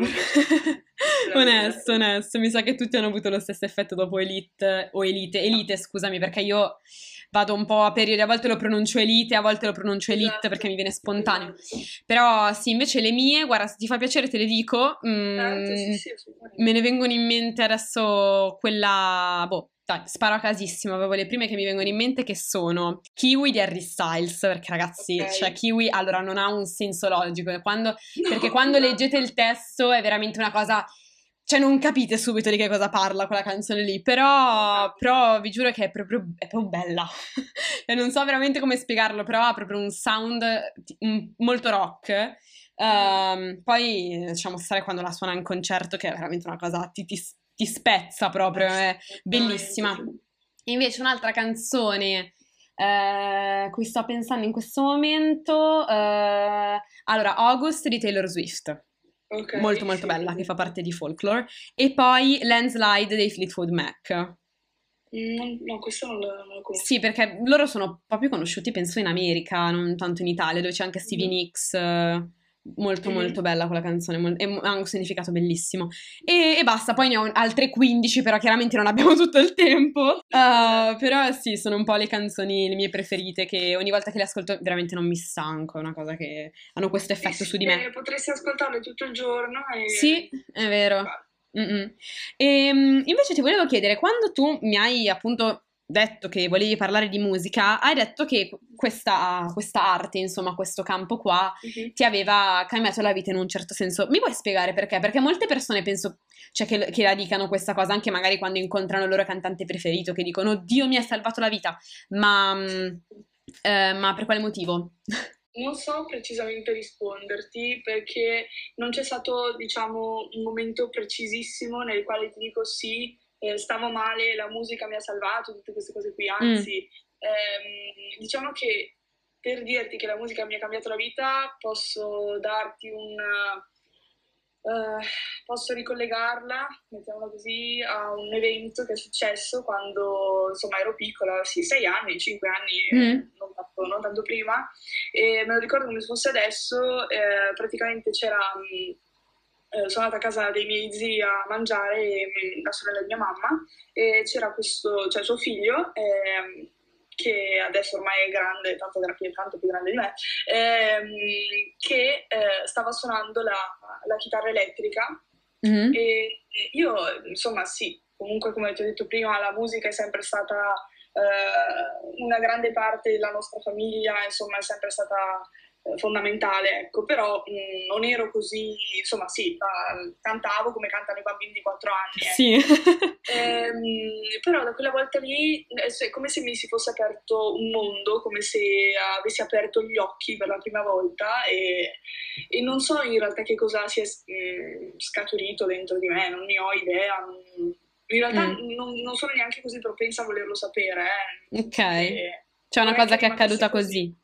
onesto, onesto. Mi sa che tutti hanno avuto lo stesso effetto dopo Elite, o Elite, Elite, scusami, perché io... vado un po' a periodi, a volte lo pronuncio Elite, a volte lo pronuncio Elite, esatto. perché mi viene spontaneo. Esatto. Però sì, invece le mie, guarda, se ti fa piacere te le dico. Mm, eh, sì, sì, sì, me ne vengono in mente adesso quella, boh, dai, sparo a casissimo, avevo le prime che mi vengono in mente che sono Kiwi di Harry Styles, perché ragazzi, okay. cioè Kiwi, allora non ha un senso logico, quando, no, perché quando no. leggete il testo è veramente una cosa... Cioè non capite subito di che cosa parla quella canzone lì, però, però vi giuro che è proprio, è proprio bella. E non so veramente come spiegarlo, però ha proprio un sound un, molto rock. Um, poi lasciamo stare quando la suona in concerto, che è veramente una cosa, ti, ti, ti spezza proprio, è bellissima. E invece un'altra canzone eh, cui sto pensando in questo momento, eh, allora, August di Taylor Swift, Okay, molto molto sì, bella, che presente. fa parte di Folklore, e poi Landslide dei Fleetwood Mac. Non no, questo non lo non lo conosco. Sì, perché loro sono proprio conosciuti, penso, in America, non tanto in Italia, dove c'è anche Stevie Mh-mh. Nicks, eh, molto molto Mh-mh. bella quella canzone, mol- e mo- ha un significato bellissimo. E, e basta, poi ne ho altre quindici, però chiaramente non abbiamo tutto il tempo. Uh, Esatto. però sì, sono un po' le canzoni, le mie preferite, che ogni volta che le ascolto veramente non mi stanco, è una cosa che hanno questo Sì, effetto su sì, di e me. potresti ascoltarle tutto il giorno Sì, e è vero. guarda. Mm-mm. E, invece ti volevo chiedere, quando tu mi hai appunto detto che volevi parlare di musica, hai detto che questa, questa arte, insomma, questo campo qua, Mh-mh. ti aveva cambiato la vita in un certo senso. Mi puoi spiegare perché? Perché molte persone penso, cioè, che, che la dicano questa cosa, anche magari quando incontrano il loro cantante preferito, che dicono, Dio mi ha salvato la vita, ma, mm, eh, ma per quale motivo? Non so precisamente risponderti perché non c'è stato, diciamo, un momento precisissimo nel quale ti dico sì, eh, stavo male, la musica mi ha salvato, tutte queste cose qui. Mm, Anzi, ehm, diciamo che per dirti che la musica mi ha cambiato la vita, posso darti un... eh, posso ricollegarla, mettiamola così, a un evento che è successo quando, insomma, ero piccola, sì, sei anni, cinque anni, mm, eh, non tanto, non tanto prima, e me lo ricordo come se fosse adesso, eh, praticamente c'era... mh, eh, sono andata a casa dei miei zii a mangiare, e mi- la sorella di mia mamma, e c'era questo, cioè suo figlio, ehm, che adesso ormai è grande, tanto, gra- tanto più grande di me, ehm, che eh, stava suonando la, la chitarra elettrica mm. e io, insomma, sì, comunque come ti ho detto prima, la musica è sempre stata eh, una grande parte della nostra famiglia, insomma, è sempre stata eh, fondamentale, ecco, però mh, non ero così, insomma, sì, ma cantavo come cantano i bambini di quattro anni, Sì. ecco. Ehm, però da quella volta lì eh, è come se mi si fosse aperto un mondo, come se avessi aperto gli occhi per la prima volta e, e non so in realtà che cosa sia eh, scaturito dentro di me, non ne ho idea. non- In realtà Mm, non, non sono neanche così propensa a volerlo sapere, eh, nel ok. senso che C'è una vorrei cosa che che è rimanesse accaduta così. così.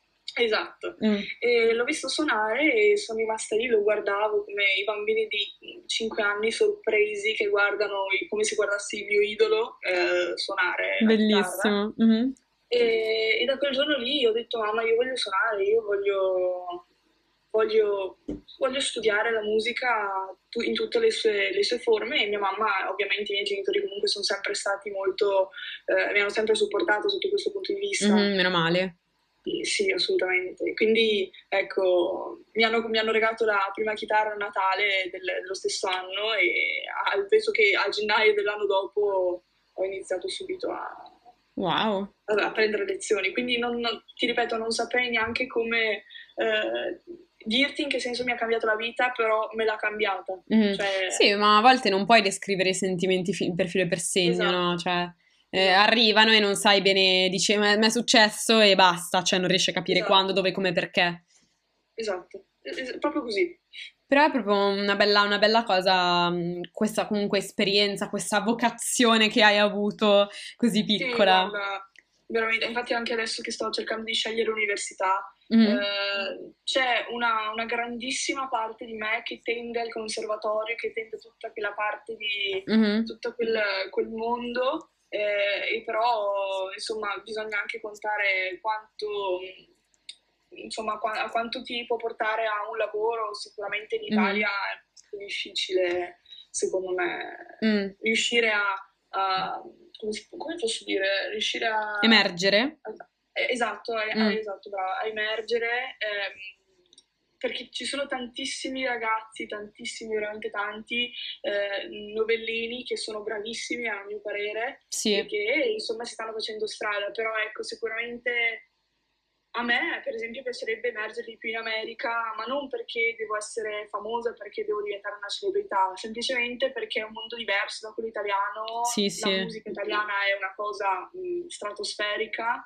Esatto. Mm. E l'ho visto suonare e sono rimasta lì, lo guardavo come i bambini di cinque anni sorpresi che guardano i- come se guardassi il mio idolo eh, suonare la chitarra. Bellissimo. Mhm. E, e da quel giorno lì ho detto, mamma, io voglio suonare, io voglio, voglio, voglio studiare la musica tu- in tutte le sue, le sue forme e mia mamma, ovviamente i miei genitori comunque sono sempre stati molto, eh, mi hanno sempre supportato sotto questo punto di vista. Mhm, meno male. Sì, sì, assolutamente. Quindi, ecco, mi hanno, mi hanno regalato la prima chitarra a Natale del- dello stesso anno e a- penso che a gennaio dell'anno dopo ho iniziato subito a, Wow. a prendere lezioni. Quindi, non- non- ti ripeto, non saprei neanche come eh, dirti in che senso mi ha cambiato la vita, però me l'ha cambiata. Mhm. Cioè, Sì, ma a volte non puoi descrivere i sentimenti fi- per filo e per segno, no? esatto, Cioè, eh, esatto, arrivano e non sai bene, dici, ma mi è successo e basta, cioè non riesci a capire quando, esatto, dove, come, perché. esatto. Es- es- proprio così. Però è proprio una bella, una bella cosa, mh, questa comunque esperienza, questa vocazione che hai avuto così Sì, piccola. guarda, veramente, infatti anche adesso che sto cercando di scegliere università, Mhm, eh, c'è una, una grandissima parte di me che tende al conservatorio, che tende a tutta quella parte di mhm, tutto quel, quel mondo, eh, e però insomma bisogna anche contare quanto, insomma, qua- a quanto ti può portare a un lavoro, sicuramente in mhm, Italia è più difficile, secondo me, mm. riuscire a a- come, si può- come posso dire, riuscire a, Emergere. a- eh, esatto, a, a- Mm, esatto, brava, a emergere, ehm, perché ci sono tantissimi ragazzi, tantissimi, veramente tanti, eh, novellini che sono bravissimi a mio parere e sì. che insomma si stanno facendo strada, però ecco, sicuramente a me, per esempio, piacerebbe emergere di più in America, ma non perché devo essere famosa, perché devo diventare una celebrità, semplicemente perché è un mondo diverso da quello italiano, Sì, la sì. musica italiana è una cosa mh, stratosferica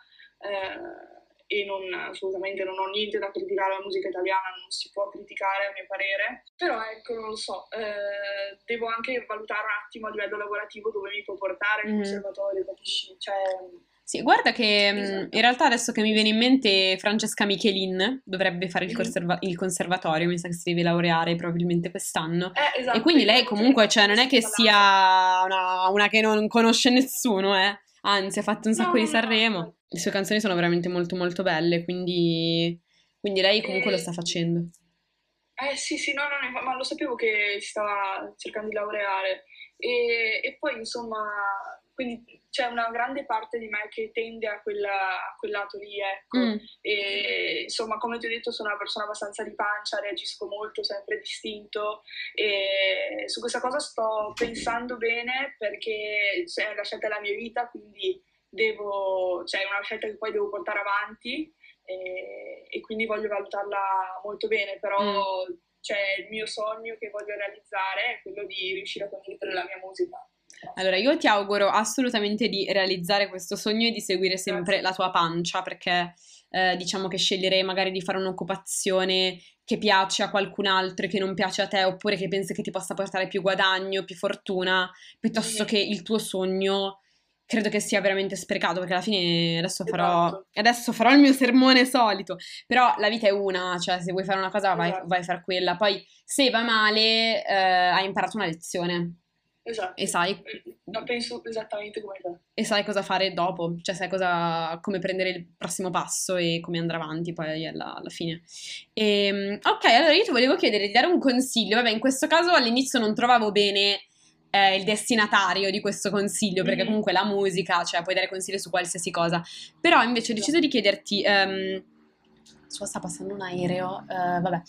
eh, e non, assolutamente non ho niente da criticare alla musica italiana, non si può criticare a mio parere, però ecco, non lo so, eh, devo anche valutare un attimo a livello lavorativo dove mi può portare il Mhm. conservatorio, capisci? Cioè, Sì, guarda che mh, in realtà adesso che mi viene in mente Francesca Michelin dovrebbe fare il, Mhm. conserva- il conservatorio, mi sa che si deve laureare probabilmente quest'anno. Eh, E esatto, quindi io lei cioè, comunque, cioè, non è adesso che parlavo. sia una, una che non conosce nessuno, eh. Anzi, ha fatto un No, sacco di no, no, no, Sanremo. infatti. Le sue canzoni sono veramente molto molto belle, quindi, quindi lei comunque lo sta E- facendo. Eh sì, sì, no, no, no, ma lo sapevo che si stava cercando di laureare e, e poi insomma, quindi c'è una grande parte di me che tende a, quella- a quel lato lì, ecco, Mm, e insomma, come ti ho detto, sono una persona abbastanza di pancia, reagisco molto, sempre distinto e su questa cosa sto pensando bene perché cioè, la scelta della mia vita, quindi devo, cioè è una scelta che poi devo portare avanti e, e quindi voglio valutarla molto bene, mm. però c'è il mio sogno che voglio realizzare è quello di riuscire a condividere la mia musica. Allora, io ti auguro assolutamente di realizzare questo sogno e di seguire sempre Grazie. la tua pancia, perché eh, diciamo che sceglierei magari di fare un'occupazione che piace a qualcun altro e che non piace a te, oppure che pensi che ti possa portare più guadagno, più fortuna, piuttosto Mhm. che il tuo sogno, credo che sia veramente sprecato, perché alla fine adesso farò, Esatto, adesso farò il mio sermone solito, però la vita è una, cioè se vuoi fare una cosa vai, esatto, vai a fare quella, poi se va male eh, hai imparato una lezione. E esatto. sai, La penso esattamente come te. e sai cosa fare dopo, cioè sai cosa, come prendere il prossimo passo e come andare avanti poi alla, alla fine. Ehm, ok, allora io ti volevo chiedere di dare un consiglio. Vabbè, in questo caso all'inizio non trovavo bene eh, il destinatario di questo consiglio, perché Mhm. comunque la musica, cioè puoi dare consigli su qualsiasi cosa. Però invece ho deciso Esatto. di chiederti, ehm, so, sta passando un aereo, eh, vabbè,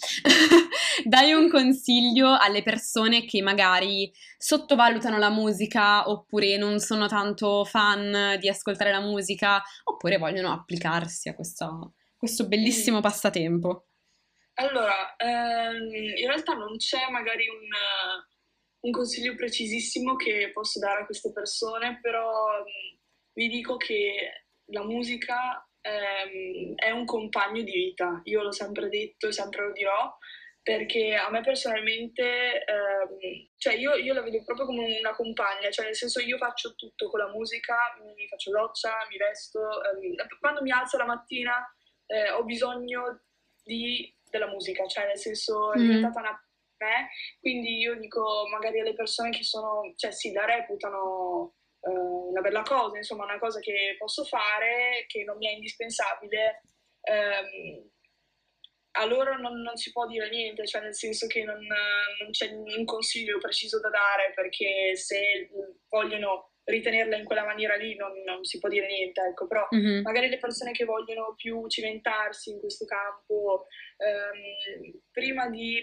dai un consiglio alle persone che magari sottovalutano la musica oppure non sono tanto fan di ascoltare la musica oppure vogliono applicarsi a questa- questo Mhm. bellissimo passatempo. Allora, ehm, in realtà non c'è magari un, eh, un consiglio precisissimo che posso dare a queste persone, però mh, vi dico che la musica ehm, è un compagno di vita. Io l'ho sempre detto e sempre lo dirò, perché a me personalmente, ehm, cioè io, io la vedo proprio come una compagna, cioè nel senso io faccio tutto con la musica, mi faccio doccia, mi vesto, ehm, quando mi alzo la mattina eh, ho bisogno di- della musica, cioè nel senso è Mm, diventata una me, quindi io dico magari alle persone che sono, cioè sì, la reputano eh, una bella cosa, insomma una cosa che posso fare, che non mi è indispensabile, ehm, a loro non, non si può dire niente, cioè nel senso che non, non c'è un consiglio preciso da dare perché se vogliono ritenerla in quella maniera lì non, non si può dire niente, ecco, però mhm. magari le persone che vogliono più cimentarsi in questo campo, ehm, prima di,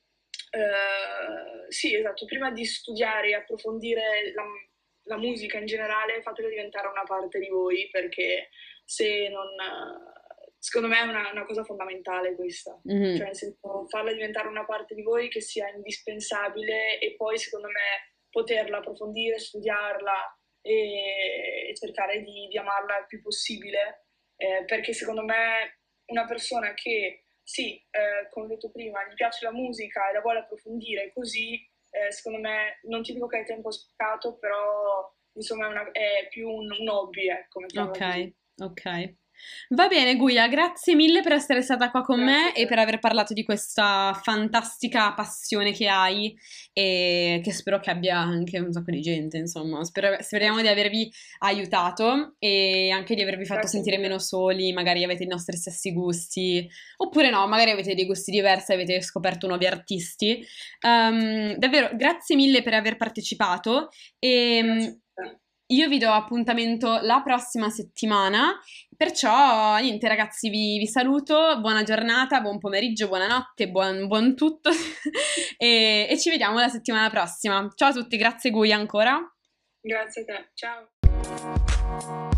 eh, sì, esatto, prima di studiare e approfondire la, la musica in generale, fatela diventare una parte di voi, perché se non... Secondo me è una, una cosa fondamentale questa, cioè Mhm. nel senso farla diventare una parte di voi che sia indispensabile e poi secondo me poterla approfondire, studiarla e, e cercare di, di amarla il più possibile, eh, perché secondo me una persona che sì, eh, come ho detto prima, gli piace la musica e la vuole approfondire così, eh, secondo me, non ti dico che è tempo sprecato, però insomma è, una- è più un, un hobby, ecco, mettiamola Ok, così. ok. Va bene, Guia, grazie mille per essere stata qua con Grazie me a e te. per aver parlato di questa fantastica passione che hai e che spero che abbia anche un sacco di gente, insomma. Spero- speriamo di Grazie, avervi aiutato e anche di avervi fatto grazie sentire meno mille. soli, magari avete i nostri stessi gusti, oppure no, magari avete dei gusti diversi, avete scoperto nuovi artisti. Ehm, davvero, grazie mille per aver partecipato Grazie e a te. io vi do appuntamento la prossima settimana, perciò niente ragazzi, vi, vi saluto, buona giornata, buon pomeriggio, buonanotte, buon, buon tutto e, e ci vediamo la settimana prossima. Ciao a tutti, grazie Gui ancora. Grazie a te. Ciao.